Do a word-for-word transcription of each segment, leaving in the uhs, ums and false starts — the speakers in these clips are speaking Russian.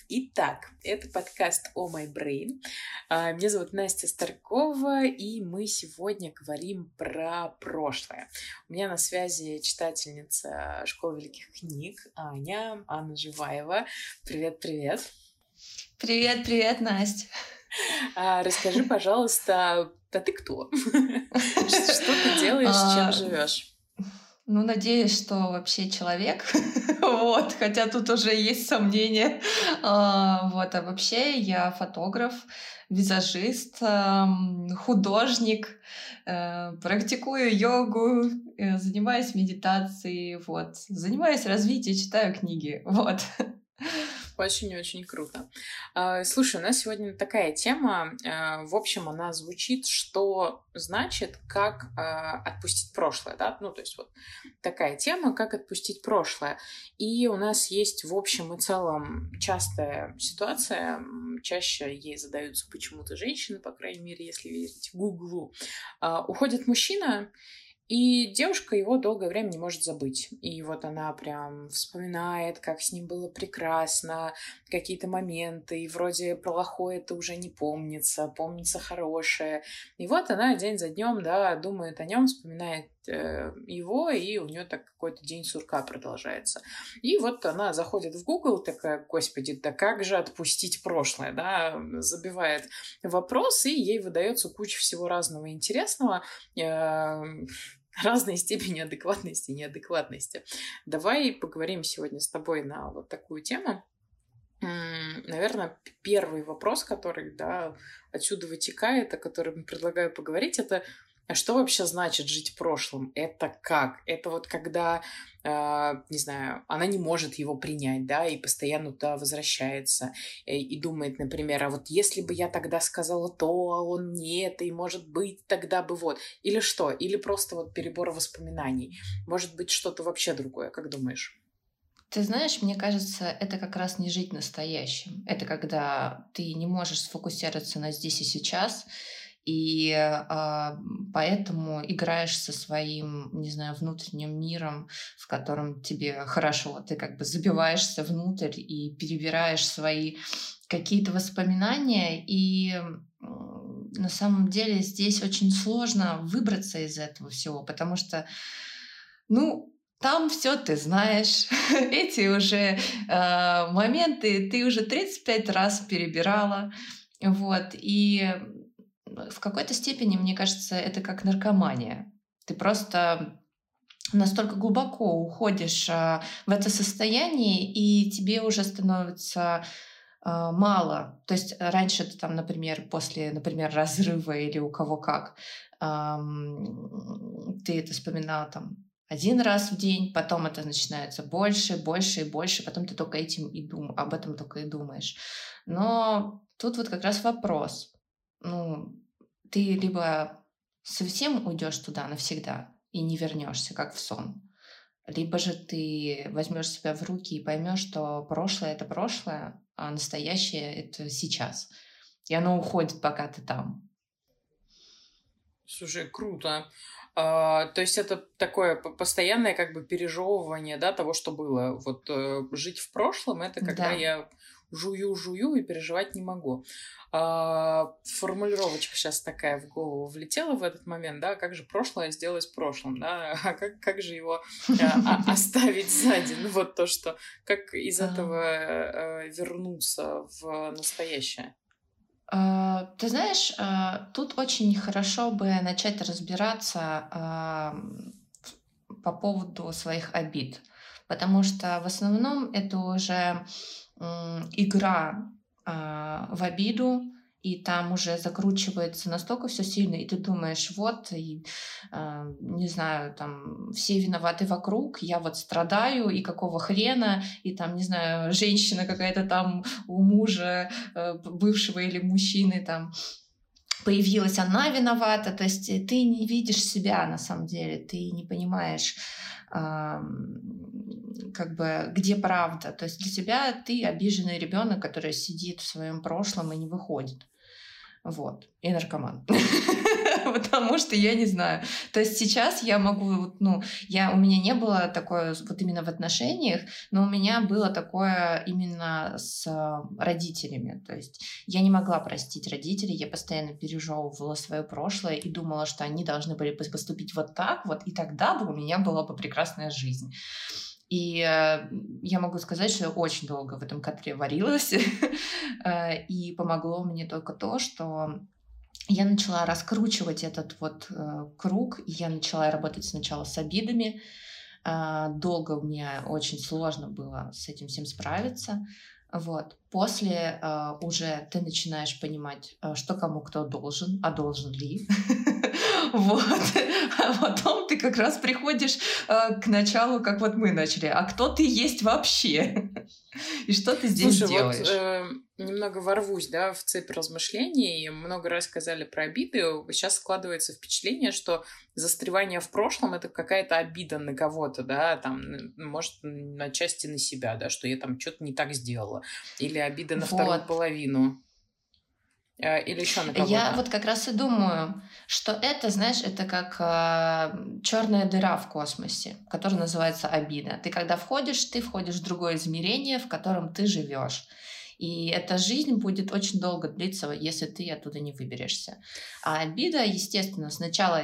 Итак, это подкаст «Oh My Brain». Меня зовут Настя Старкова, и мы сегодня говорим про прошлое. У меня на связи читательница Школы великих книг Аня, Анна Живаева. Привет-привет. Привет-привет, Настя. Расскажи, пожалуйста, а ты кто? Что ты делаешь, чем живешь? Ну, надеюсь, что вообще человек, вот, хотя тут уже есть сомнения. А, вот, а вообще я фотограф, визажист, художник, э, практикую йогу, э, занимаюсь медитацией, вот, занимаюсь развитием, читаю книги, вот. Очень-очень круто. Слушай, у нас сегодня такая тема, в общем, она звучит, что значит, как отпустить прошлое, да, ну, то есть вот такая тема, как отпустить прошлое. И у нас есть, в общем и целом, частая ситуация, чаще ей задаются почему-то женщины, по крайней мере, если верить Гуглу. Уходит мужчина, и девушка его долгое время не может забыть. И вот она прям вспоминает, как с ним было прекрасно, какие-то моменты, и вроде плохое-то уже не помнится, помнится хорошее. И вот она день за днем, да, думает о нем, вспоминает э, его, и у нее так какой-то день сурка продолжается. И вот она заходит в Google, такая, господи, да как же отпустить прошлое, да, забивает вопрос, и ей выдается куча всего разного интересного, э, разной степени адекватности и неадекватности. Давай поговорим сегодня с тобой на вот такую тему. Наверное, первый вопрос, который, да, отсюда вытекает, о котором предлагаю поговорить, это а что вообще значит жить в прошлом? Это как? Это вот когда, э, не знаю, она не может его принять, да, и постоянно туда возвращается, и, и думает, например, а вот если бы я тогда сказала то, а он не это, и может быть тогда бы вот. Или что? Или просто вот перебор воспоминаний. Может быть что-то вообще другое, как думаешь? Ты знаешь, мне кажется, это как раз не жить настоящим. Это когда ты не можешь сфокусироваться на здесь и сейчас, и а, поэтому играешь со своим, не знаю, внутренним миром, в котором тебе хорошо. Ты как бы забиваешься внутрь и перебираешь свои какие-то воспоминания, и на самом деле здесь очень сложно выбраться из этого всего, потому что, ну, там все ты знаешь, эти уже э, моменты ты уже тридцать пять раз перебирала, вот, и в какой-то степени, мне кажется, это как наркомания. Ты просто настолько глубоко уходишь э, в это состояние, и тебе уже становится э, мало. То есть раньше ты там, например, после, например, разрыва или у кого как, эм, ты это вспоминал там один раз в день, потом это начинается больше, больше и больше, потом ты только этим и дум... об этом только и думаешь. Но тут вот как раз вопрос. Ну, ты либо совсем уйдешь туда навсегда и не вернешься, как в сон, либо же ты возьмешь себя в руки и поймешь, что прошлое это прошлое, а настоящее это сейчас. И оно уходит, пока ты там. Слушай, круто. А, то есть это такое постоянное как бы пережевывание, да, того, что было. Вот э, жить в прошлом — это когда Да. я жую-жую и переживать не могу. А, формулировочка сейчас такая в голову влетела в этот момент, да, как же прошлое сделать прошлым, да, а как, как же его а, оставить сзади, ну вот то, что, как из этого э, вернуться в настоящее. Uh, ты знаешь, uh, тут очень хорошо бы начать разбираться uh, по поводу своих обид, потому что в основном это уже um, игра uh, в обиду, и там уже закручивается настолько все сильно, и ты думаешь, вот, и, э, не знаю, там, все виноваты вокруг, я вот страдаю, и какого хрена, и там, не знаю, женщина какая-то там у мужа, э, бывшего или мужчины там появилась, она виновата, то есть ты не видишь себя на самом деле, ты не понимаешь, э, как бы, где правда, то есть для тебя ты обиженный ребенок, который сидит в своем прошлом и не выходит. Вот. И наркоман. Потому что я не знаю. То есть сейчас я могу, ну, я, у меня не было такое вот именно в отношениях, но у меня было такое именно с родителями. То есть я не могла простить родителей, я постоянно пережевывала свое прошлое и думала, что они должны были поступить вот так вот, и тогда бы у меня была бы прекрасная жизнь. И э, я могу сказать, что я очень долго в этом котле варилась, и помогло мне только то, что я начала раскручивать этот вот э, круг, и я начала работать сначала с обидами. Э, долго мне очень сложно было с этим всем справиться. Вот. После э, уже ты начинаешь понимать, э, что кому кто должен, а должен ли. Вот. А потом ты как раз приходишь э, к началу, как вот мы начали. А кто ты есть вообще? И что ты здесь Слушай, делаешь? вот э, немного ворвусь, да, в цепь размышлений. Много раз сказали про обиды. Сейчас складывается впечатление, что застревание в прошлом — это какая-то обида на кого-то, да, там, может, на части на себя, да, что я там что-то не так сделала. Или обида на вторую Вот. половину. Э, Или еще на кого-то. Я вот как раз и думаю, что это, знаешь, это как э, черная дыра в космосе, которая называется обида. Ты когда входишь, ты входишь в другое измерение, в котором ты живешь. И эта жизнь будет очень долго длиться, если ты оттуда не выберешься. А обида, естественно, сначала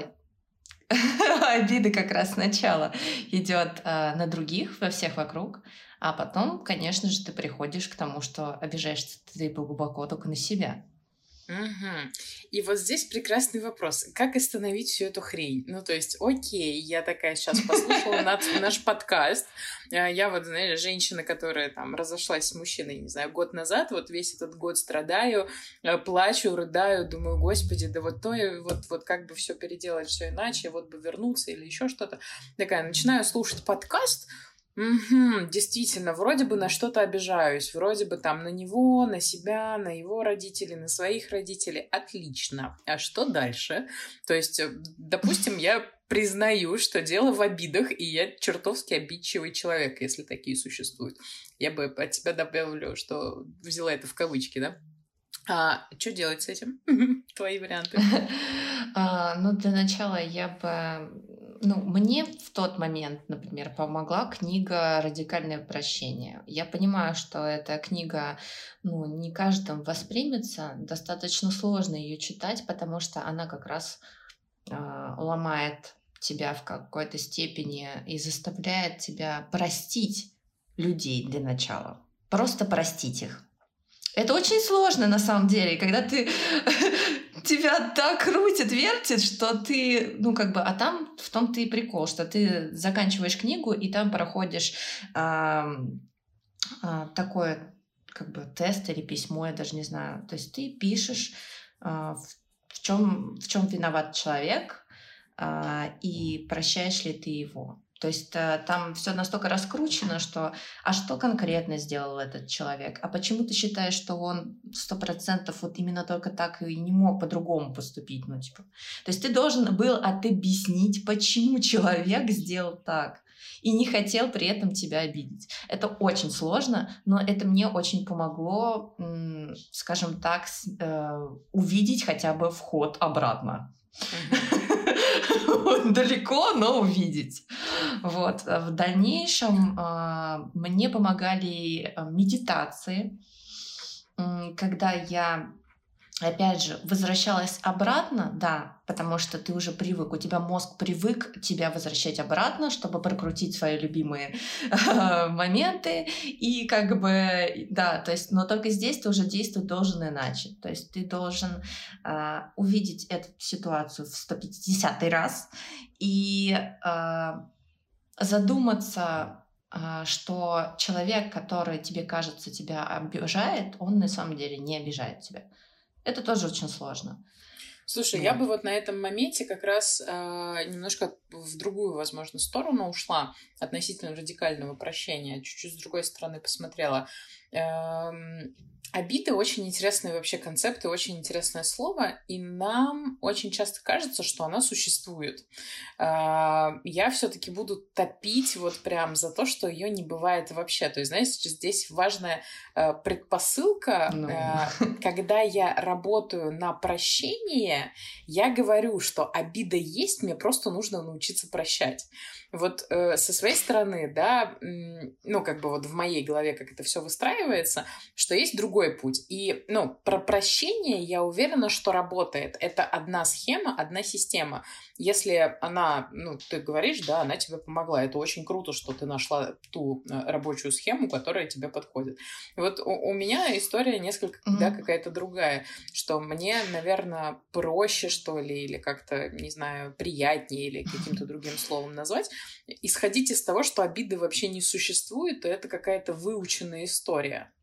обида как раз сначала идет э, на других, во всех вокруг, а потом, конечно же, ты приходишь к тому, что обижаешься ты глубоко только на себя. Угу. И вот здесь прекрасный вопрос. Как остановить всю эту хрень? Ну, то есть, окей, я такая сейчас послушала наш подкаст. Я вот, знаешь, женщина, которая там разошлась с мужчиной, не знаю, год назад, вот весь этот год страдаю, плачу, рыдаю, думаю, господи, да вот то, вот, вот как бы все переделать, все иначе, вот бы вернуться или еще что-то. Такая, начинаю слушать подкаст. Угу, действительно, вроде бы на что-то обижаюсь, вроде бы там на него, на себя, на его родителей, на своих родителей. Отлично. А что дальше? То есть, допустим, я признаю, что дело в обидах, и я чертовски обидчивый человек, если такие существуют. Я бы от тебя добавлю, что взяла это в кавычки, да? А что делать с этим? Твои варианты. А, ну, для начала я бы... Ну, мне в тот момент, например, помогла книга «Радикальное прощение». Я понимаю, что эта книга, ну, не каждым воспримется. Достаточно сложно ее читать, потому что она как раз а, ломает тебя в какой-то степени и заставляет тебя простить людей для начала. Просто простить их. Это очень сложно на самом деле, когда ты тебя так крутит, вертит, что ты, ну как бы, а там в том-то и прикол, что ты заканчиваешь книгу и там проходишь а, а, такой как бы тест или письмо, я даже не знаю. То есть ты пишешь, а, в, в чем в чем виноват человек а, и прощаешь ли ты его. То есть э, там все настолько раскручено, что а что конкретно сделал этот человек? А почему ты считаешь, что он сто процентов вот именно только так и не мог по-другому поступить? Ну, типа. То есть ты должен был объяснить, почему человек сделал так и не хотел при этом тебя обидеть. Это очень сложно, но это мне очень помогло, м, скажем так, с- э, увидеть хотя бы вход обратно. Далеко, но увидеть. Вот. В дальнейшем а, мне помогали а, медитации, М, когда я, опять же, возвращалась обратно, да, потому что ты уже привык, у тебя мозг привык тебя возвращать обратно, чтобы прокрутить свои любимые моменты, и как бы, да, то есть, но только здесь ты уже действовать должен иначе, то есть ты должен а, увидеть эту ситуацию в сто пятидесятый раз и а, задуматься, а, что человек, который тебе кажется тебя обижает, он на самом деле не обижает тебя. Это тоже очень сложно. Слушай, я бы вот на этом моменте как раз э, немножко в другую, возможно, сторону ушла относительно радикального прощения, чуть-чуть с другой стороны посмотрела. Эм, Обиды очень интересный вообще концепт и очень интересное слово, и нам очень часто кажется, что она существует. А, Я все-таки буду топить вот прям за то, что ее не бывает вообще. То есть, знаете, здесь важная э, предпосылка, Ну, э, когда я работаю на прощение, я говорю, что обида есть, мне просто нужно научиться прощать. Вот э, со своей стороны, да, м, ну, как бы вот в моей голове, как это все выстраивается, что есть другой путь. И, ну, про прощение я уверена, что работает. Это одна схема, одна система. Если она, ну, ты говоришь, да, она тебе помогла. Это очень круто, что ты нашла ту э, рабочую схему, которая тебе подходит. И вот у, у меня история несколько, да, мгм. какая-то другая, что мне, наверное, проще, что ли, или как-то, не знаю, приятнее, или каким-то другим словом назвать, исходить из того, что обиды вообще не существует, и это какая-то выученная история.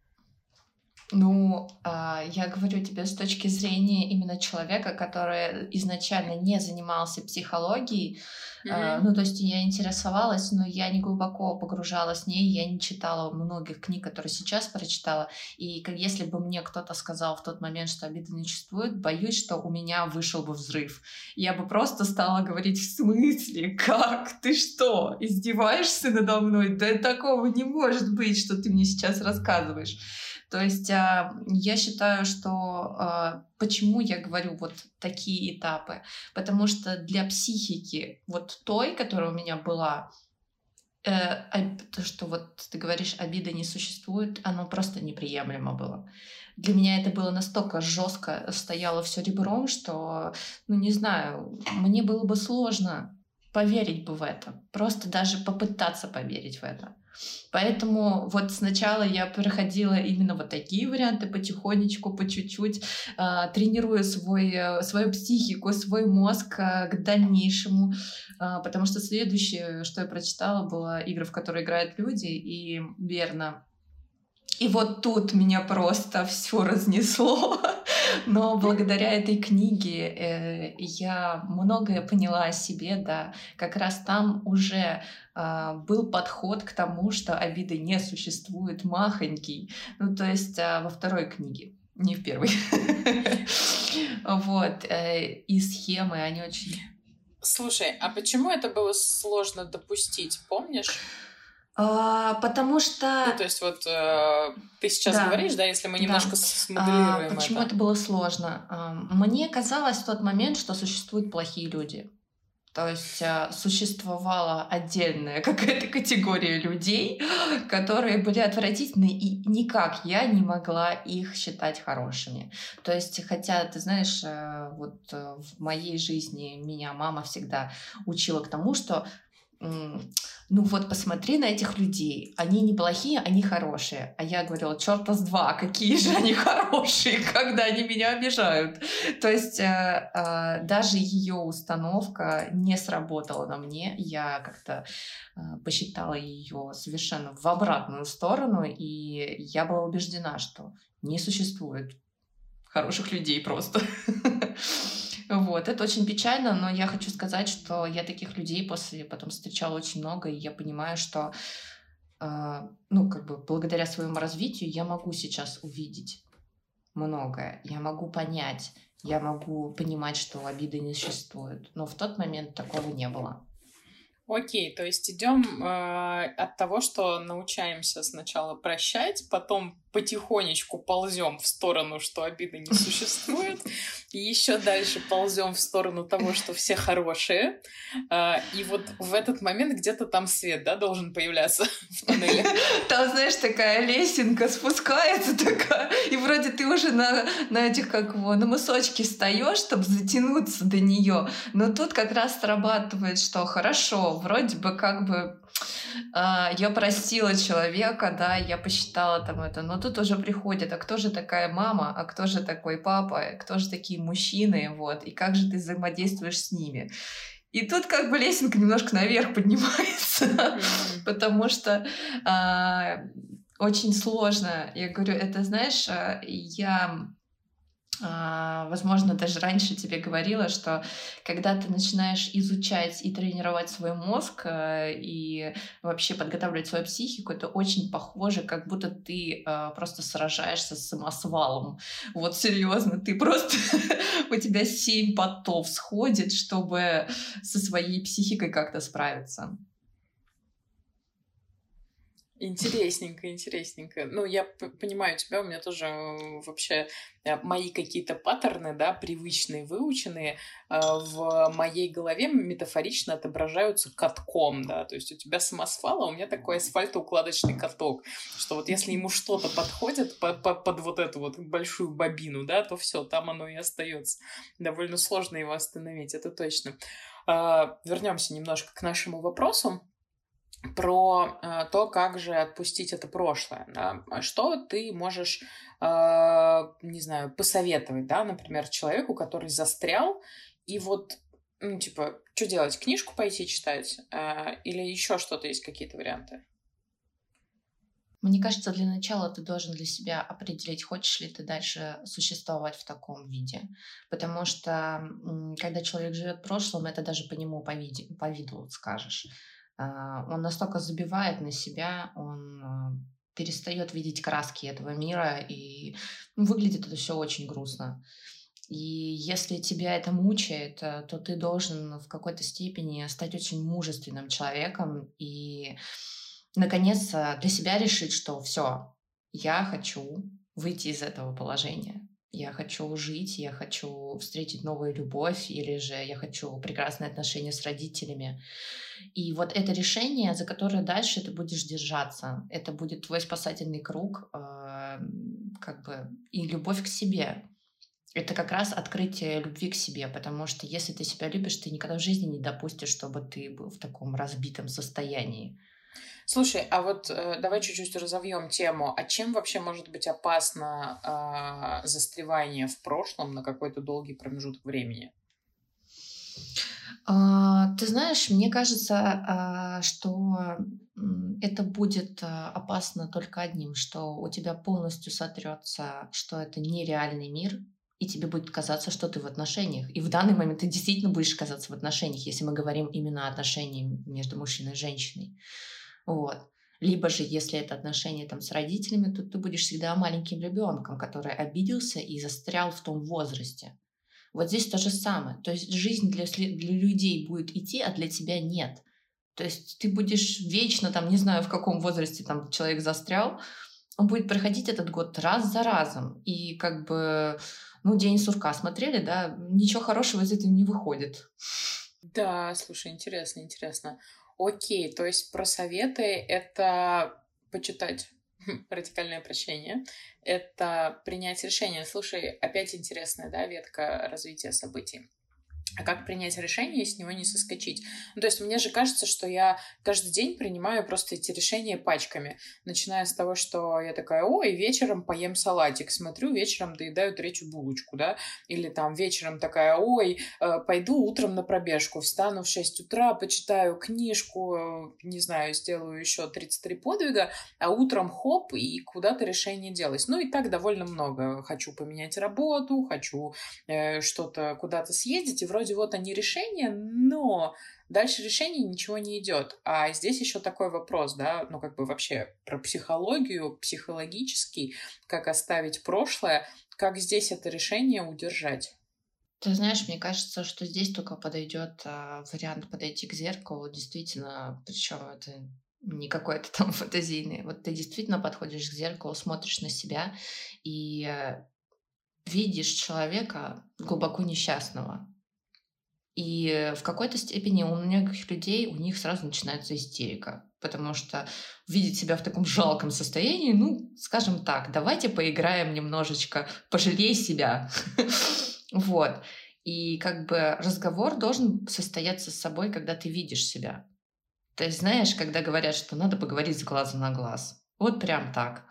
Ну, а, я говорю тебе с точки зрения именно человека, который изначально не занимался психологией. А, Мгм. Ну, то есть я интересовалась, но я не глубоко погружалась в ней, я не читала многих книг, которые сейчас прочитала. И как если бы мне кто-то сказал в тот момент, что обиды не существует, боюсь, что у меня вышел бы взрыв. Я бы просто стала говорить: в смысле? Как? Ты что, издеваешься надо мной? Да такого не может быть, что ты мне сейчас рассказываешь. То есть а, я считаю, что а, почему я говорю вот такие этапы? Потому что для психики вот той, которая у меня была, э, а, то, что вот ты говоришь, обида не существует, оно просто неприемлемо было. Для меня это было настолько жестко, стояло все ребром, что, ну не знаю, мне было бы сложно поверить бы в это, просто даже попытаться поверить в это. Поэтому вот сначала я проходила именно вот такие варианты потихонечку, по чуть-чуть, а, тренируя свой, э, свою психику, свой мозг а, к дальнейшему. А, Потому что следующее, что я прочитала, была игры, в которые играют люди, и верно. И вот тут меня просто все разнесло. Но благодаря этой книге э, я многое поняла о себе, да. Как раз там уже а, был подход к тому, что обиды не существует, махонький. Ну, то есть а, во второй книге, не в первой. Вот. э, И схемы, они очень... Слушай, а почему это было сложно допустить, помнишь? А, Потому Ну, что... то есть вот э, ты сейчас Да, говоришь, да, если мы немножко да. с- А, смоделируем Почему это это. было сложно? А, Мне казалось в тот момент, что существуют плохие люди. То есть а, существовала отдельная какая-то категория людей, которые были отвратительны, и никак я не могла их считать хорошими. То есть, хотя, ты знаешь, э, вот э, в моей жизни меня мама всегда учила к тому, что м, ну вот посмотри на этих людей, они не плохие, они хорошие. А я говорила: черта с два, какие же они хорошие, когда они меня обижают. То есть э, э, даже ее установка не сработала на мне. Я как-то э, посчитала ее совершенно в обратную сторону, и я была убеждена, что не существует хороших людей просто. Вот, это очень печально, но я хочу сказать, что я таких людей после потом встречала очень много, и я понимаю, что, а, ну, как бы благодаря своему развитию я могу сейчас увидеть многое, я могу понять, я могу понимать, что обиды не существует, но в тот момент такого не было. Окей, то есть идем э, от того, что научаемся сначала прощать, потом потихонечку ползем в сторону, что обиды не существует, и еще дальше ползем в сторону того, что все хорошие. Э, и вот в этот момент где-то там свет, да, должен появляться в тоннеле. Там, знаешь, такая лесенка спускается такая, и вроде ты уже на, на этих, как его, на мысочке встаешь, чтобы затянуться до нее. Но тут как раз срабатывает, что хорошо, вроде бы как бы а, я простила человека, да, я посчитала там это, но тут уже приходит, а кто же такая мама, а кто же такой папа, кто же такие мужчины, вот, и как же ты взаимодействуешь с ними. И тут как бы лесенка немножко наверх поднимается, Мгм. потому что а, очень сложно. Я говорю, это, знаешь, а, я А, возможно, даже раньше тебе говорила, что когда ты начинаешь изучать и тренировать свой мозг, э, и вообще подготавливать свою психику, это очень похоже, как будто ты э, просто сражаешься с самосвалом. Вот серьезно, ты просто у тебя семь потов сходит, чтобы со своей психикой как-то справиться. Интересненько, интересненько. Ну, я п- понимаю тебя, у меня тоже э, вообще э, мои какие-то паттерны, да, привычные, выученные, э, в моей голове метафорично отображаются катком, да, то есть у тебя самосвал, а у меня такой асфальтоукладочный каток, что вот если ему что-то подходит по- по- под вот эту вот большую бобину, да, то все, там оно и остается. Довольно сложно его остановить, это точно. А, Вернемся немножко к нашему вопросу про э, то, как же отпустить это прошлое, да? А что ты можешь, э, не знаю, посоветовать, да, например, человеку, который застрял, и вот, ну, типа, что делать, книжку пойти читать, э, или еще что-то, есть какие-то варианты? Мне кажется, для начала ты должен для себя определить, хочешь ли ты дальше существовать в таком виде. Потому что м, когда человек живет в прошлом, это даже по нему, по, виде- по виду вот скажешь. А, Он настолько забивает на себя, он а, перестает видеть краски этого мира, и ну, выглядит это все очень грустно. И если тебя это мучает, э, то ты должен в какой-то степени стать очень мужественным человеком и, наконец, э, для себя решить, что все, я хочу выйти из этого положения. Я хочу жить, я хочу встретить новую любовь, или же я хочу прекрасные отношения с родителями. И вот это решение, за которое дальше ты будешь держаться, это будет твой спасательный круг, э, как бы и любовь к себе. Это как раз открытие любви к себе, потому что если ты себя любишь, ты никогда в жизни не допустишь, чтобы ты был в таком разбитом состоянии. Слушай, а вот э, давай чуть-чуть разовьем тему. А чем вообще может быть опасно а, застревание в прошлом на какой-то долгий промежуток времени? А, ты знаешь, мне кажется, а, что м, это будет а, опасно только одним, что у тебя полностью сотрется, что это нереальный мир, и тебе будет казаться, что ты в отношениях. И в данный момент ты действительно будешь казаться в отношениях, если мы говорим именно о отношениях между мужчиной и женщиной. Вот. Либо же, если это отношения там, с родителями, то ты будешь всегда маленьким ребенком, который обиделся и застрял в том возрасте. Вот здесь то же самое. То есть жизнь для, сли- для людей будет идти, а для тебя нет. То есть ты будешь вечно, там, не знаю, в каком возрасте там человек застрял, он будет проходить этот год раз за разом. И как бы, ну, день сурка смотрели, да, ничего хорошего из этого не выходит. Да, слушай, интересно, интересно. Окей, то есть про советы это почитать радикальное прощение, это принять решение. Слушай, опять интересная, да, ветка развития событий. А как принять решение и с него не соскочить? Ну, то есть мне же кажется, что я каждый день принимаю просто эти решения пачками. Начиная с того, что я такая, ой, вечером поем салатик. Смотрю, вечером доедаю третью булочку, да? Или там вечером такая, ой, э, пойду утром на пробежку. Встану в шесть утра, почитаю книжку, э, не знаю, сделаю еще тридцать три подвига, а утром хоп, и куда-то решение делать. Ну и так довольно много. Хочу поменять работу, хочу э, что-то куда-то съездить, и вроде вот они решения, но дальше решения ничего не идет. А здесь еще такой вопрос, да, ну как бы вообще про психологию, психологический, как оставить прошлое, как здесь это решение удержать. Ты знаешь, мне кажется, что здесь только подойдет а, вариант подойти к зеркалу, действительно, причем это не какой-то там фантазийный. Вот ты действительно подходишь к зеркалу, смотришь на себя и э, видишь человека глубоко несчастного. И в какой-то степени у многих людей, у них сразу начинается истерика, потому что видеть себя в таком жалком состоянии, ну, скажем так, давайте поиграем немножечко, пожалей себя. Вот. И как бы разговор должен состояться с собой, когда ты видишь себя. То есть, знаешь, когда говорят, что надо поговорить с глазу на глаз. Вот прям так.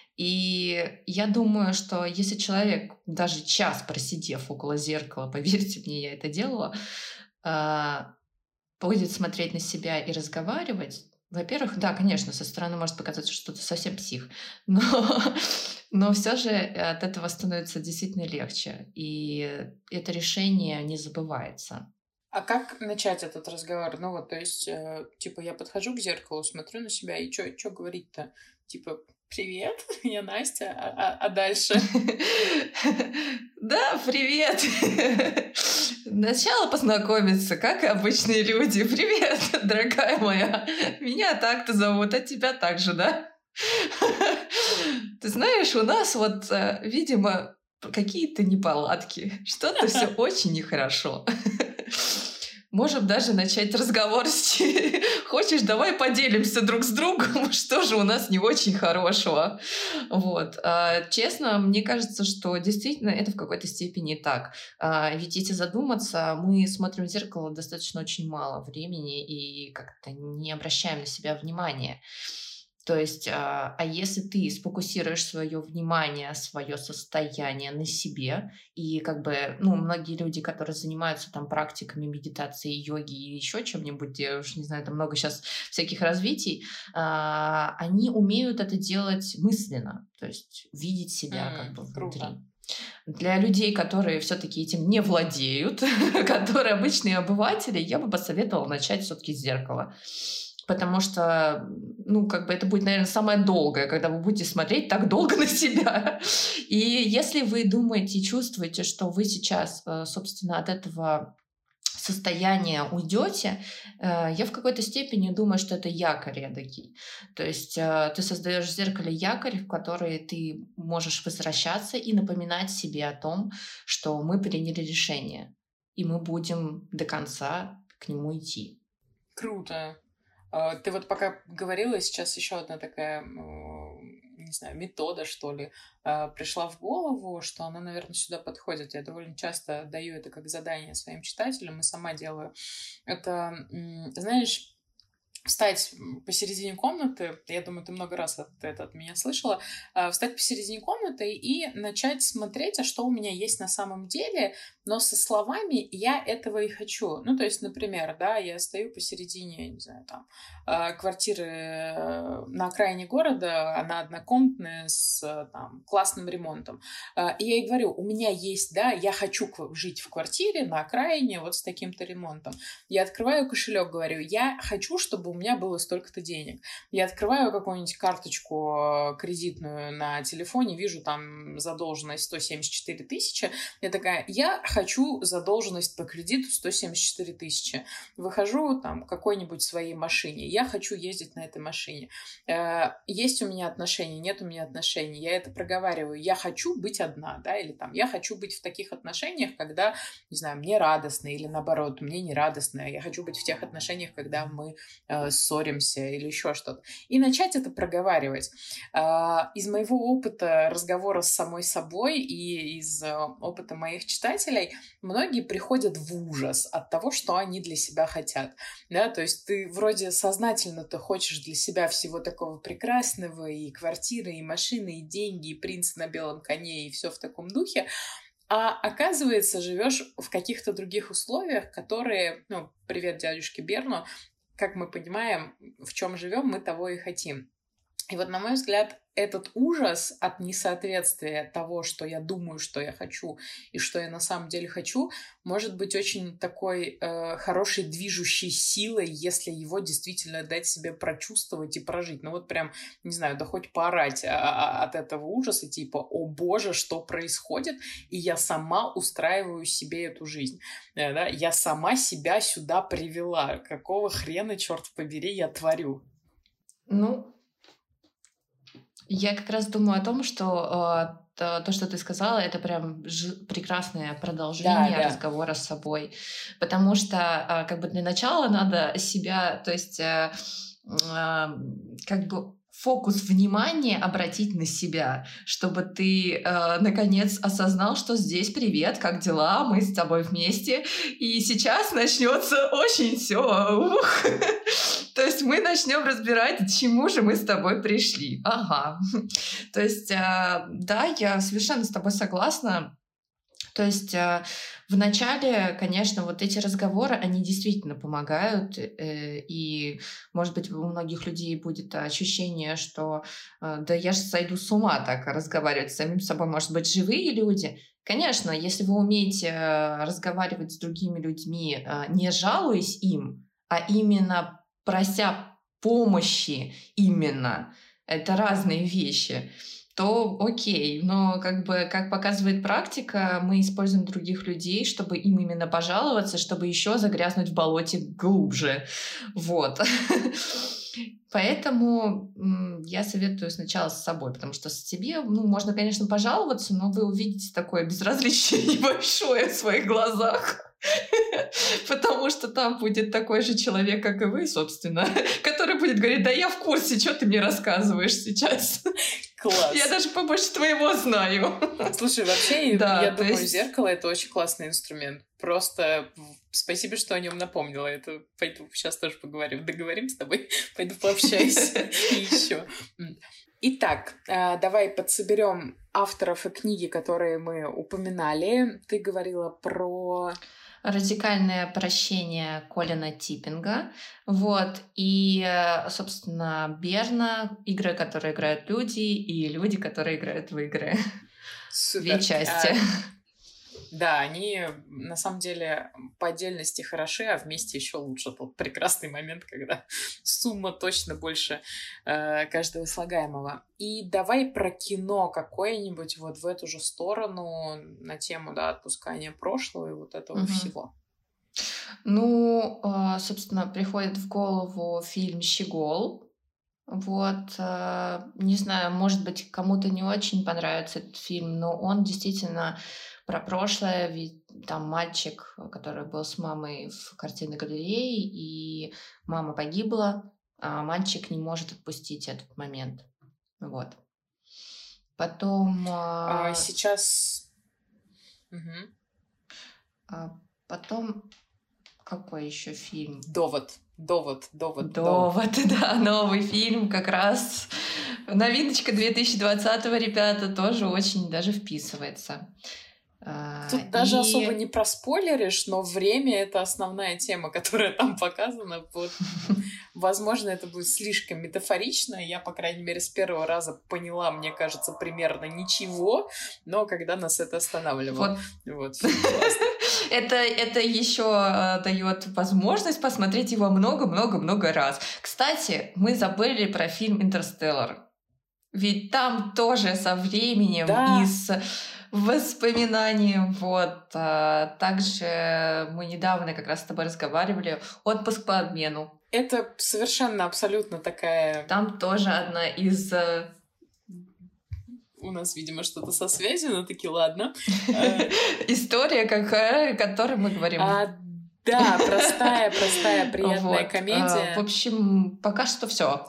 И я думаю, что если человек, даже час просидев около зеркала, поверьте мне, я это делала, а, будет смотреть на себя и разговаривать, во-первых, да, конечно, со стороны может показаться, что ты совсем псих, но Но все же от этого становится действительно легче, и это решение не забывается. А как начать этот разговор? Ну вот, то есть, э, типа, я подхожу к зеркалу, смотрю на себя, и что что говорить-то? Типа, привет, я Настя, а, а, а дальше? Да, привет! Сначала познакомиться, как и обычные люди. Привет, дорогая моя. Меня так-то зовут, а тебя так же, да? Ты знаешь, у нас вот, э, видимо, какие-то неполадки. Что-то все очень нехорошо. Можем даже начать разговор с че- Хочешь, давай поделимся друг с другом, что же у нас не очень хорошего. Вот. А, честно, мне кажется, что действительно это в какой-то степени так. А, ведь если задуматься, мы смотрим в зеркало достаточно очень мало времени и как-то не обращаем на себя внимания. То есть, а, а если ты сфокусируешь свое внимание, свое состояние на себе, и как бы, ну, многие люди, которые занимаются там практиками медитации, йоги и еще чем-нибудь, я уж не знаю, там много сейчас всяких развитий, а, они умеют это делать мысленно, то есть видеть себя как М, бы внутри. Круто. Для людей, которые все-таки этим не владеют, которые обычные обыватели, я бы посоветовала начать все-таки с зеркала. Потому что, ну, как бы это будет, наверное, самое долгое, когда вы будете смотреть так долго на себя. И если вы думаете и чувствуете, что вы сейчас, э, собственно, от этого состояния уйдете, э, я в какой-то степени думаю, что это якорь эдакий. То есть э, ты создаешь в зеркале якорь, в который ты можешь возвращаться и напоминать себе о том, что мы приняли решение, и мы будем до конца к нему идти. Круто. А, Ты вот пока говорила, сейчас еще одна такая, м, не знаю, метода, что ли, а, пришла в голову, что она, наверное, сюда подходит. Я довольно часто даю это как задание своим читателям и сама делаю. Это, м, знаешь, встать посередине комнаты, я думаю, ты много раз это, это от меня слышала, а, встать посередине комнаты и начать смотреть, а что у меня есть на самом деле, но со словами «я этого и хочу». Ну, то есть, например, да, я стою посередине, не знаю, там, а, квартиры э, на окраине города, она однокомнатная с э, там, классным ремонтом. А, И я ей говорю, у меня есть, да, я хочу кв- жить в квартире на окраине вот с таким-то ремонтом. Я открываю кошелек, говорю, я хочу, чтобы у меня было столько-то денег. Я открываю какую-нибудь карточку э, кредитную на телефоне, вижу там задолженность сто семьдесят четыре тысячи. Я такая, я хочу задолженность по кредиту сто семьдесят четыре тысячи. Выхожу там к какой-нибудь своей машине. Я хочу ездить на этой машине. Э, Есть у меня отношения, нет у меня отношений. Я это проговариваю. Я хочу быть одна, да, или там, я хочу быть в таких отношениях, когда, не знаю, мне радостно, или наоборот, мне не радостно. Я хочу быть в тех отношениях, когда мы э, ссоримся или еще что-то. И начать это проговаривать. А, Из моего опыта разговора с самой собой и из э, опыта моих читателей многие приходят в ужас от того, что они для себя хотят. Да, то есть ты вроде сознательно ты хочешь для себя всего такого прекрасного, и квартиры, и машины, и деньги, и принца на белом коне, и все в таком духе, а оказывается, живешь в каких-то других условиях, которые, ну, привет дядюшке Берну, как мы понимаем, в чем живем, мы того и хотим. И вот, на мой взгляд, этот ужас от несоответствия того, что я думаю, что я хочу, и что я на самом деле хочу, может быть очень такой э, хорошей движущей силой, если его действительно дать себе прочувствовать и прожить. Ну вот прям, не знаю, да хоть поорать а- а- от этого ужаса, типа, о боже, что происходит, и я сама устраиваю себе эту жизнь. Э, да? Я сама себя сюда привела. Какого хрена, черт побери, я творю? Ну, я как раз думаю о том, что э, то, то, что ты сказала, это прям ж- прекрасное Да, продолжение да. разговора с собой, потому что э, как бы для начала надо себя, то есть э, э, как бы фокус внимания обратить на себя, чтобы ты э, наконец осознал, что здесь привет, как дела, мы с тобой вместе, и сейчас начнется очень все. То есть мы начнем разбирать, к чему же мы с тобой пришли. Ага. То есть, э, да, я совершенно с тобой согласна. То есть э, вначале, конечно, вот эти разговоры, они действительно помогают, э, и, может быть, у многих людей будет ощущение, что э, да я же сойду с ума так разговаривать с самим собой, может быть, живые люди. Конечно, если вы умеете э, разговаривать с другими людьми, э, не жалуясь им, а именно прося помощи именно, это разные вещи, то окей. Но как бы, как показывает практика, мы используем других людей, чтобы им именно пожаловаться, чтобы еще загрязнуть в болоте глубже. Вот. Поэтому м, я советую сначала с собой, потому что с себе, ну, можно, конечно, пожаловаться, но вы увидите такое безразличие небольшое в своих глазах. Потому что там будет такой же человек, как и вы, собственно, который будет говорить: да я в курсе, что ты мне рассказываешь сейчас. Класс. Я даже побольше твоего знаю. Слушай, вообще, Да, я то думаю, есть- зеркало — это очень классный инструмент. Просто спасибо, что о нем напомнила. Это пойду сейчас тоже поговорим. Договорим с тобой, пойду пообщаюсь еще. Итак, э, давай подсоберем авторов и книги, которые мы упоминали. Ты говорила про... Радикальное прощение Колина Типпинга. Вот. И, э, собственно, Берна, игры, которые играют люди, и люди, которые играют в игры. Супер. Две части. А, Да, они на самом деле по отдельности хороши, а вместе еще лучше. Тот прекрасный момент, когда сумма точно больше э, каждого слагаемого. И давай про кино какое-нибудь вот в эту же сторону на тему, да, отпускания прошлого и вот этого Мгм. всего. Ну, э, собственно, приходит в голову фильм «Щегол». Вот, э, не знаю, может быть, кому-то не очень понравится этот фильм, но он действительно про прошлое, ведь там мальчик, который был с мамой в картинной галерее, и мама погибла, а мальчик не может отпустить этот момент. Вот. Потом, А а, сейчас... Мгм. а, потом какой еще фильм? Довод. Довод, довод, довод. Довод, да, новый фильм как раз. Новиночка две тысячи двадцатого, ребята, тоже очень даже вписывается. А, Тут даже и- особо не проспойлеришь, но время — это основная тема, которая там показана. Вот. Возможно, это будет слишком метафорично. Я, по крайней мере, с первого раза поняла, мне кажется, примерно ничего, но когда нас это останавливало. Вот Вот, фильм классный. это, это еще э, дает возможность посмотреть его много-много-много раз. Кстати, мы забыли про фильм «Интерстеллар». Ведь там тоже со временем Да. и с воспоминанием. Вот. а, Также мы недавно как раз с тобой разговаривали «Отпуск по обмену». Это совершенно абсолютно такая... Там тоже одна из... э, У нас, видимо, что-то со связью, но таки ладно. Э, история, какая, о которой мы говорим. а, Да, простая, простая, приятная Вот, комедия. а, В общем, пока что все.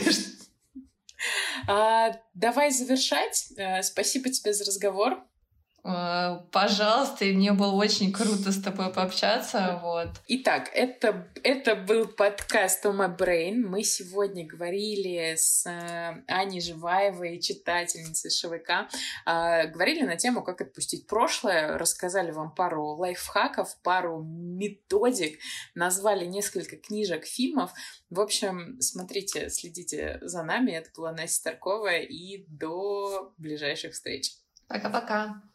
А, Давай завершать. Э, Спасибо тебе за разговор. Пожалуйста, и мне было очень круто с тобой пообщаться. Вот. Итак, это, это был подкаст «Oh My Brain». Мы сегодня говорили с э, Аней Живаевой, читательницей ШВК. Э, говорили на тему, как отпустить прошлое. Рассказали вам пару лайфхаков, пару методик. Назвали несколько книжек, фильмов. В общем, смотрите, следите за нами. Это была Настя Старкова. И до ближайших встреч. Пока-пока.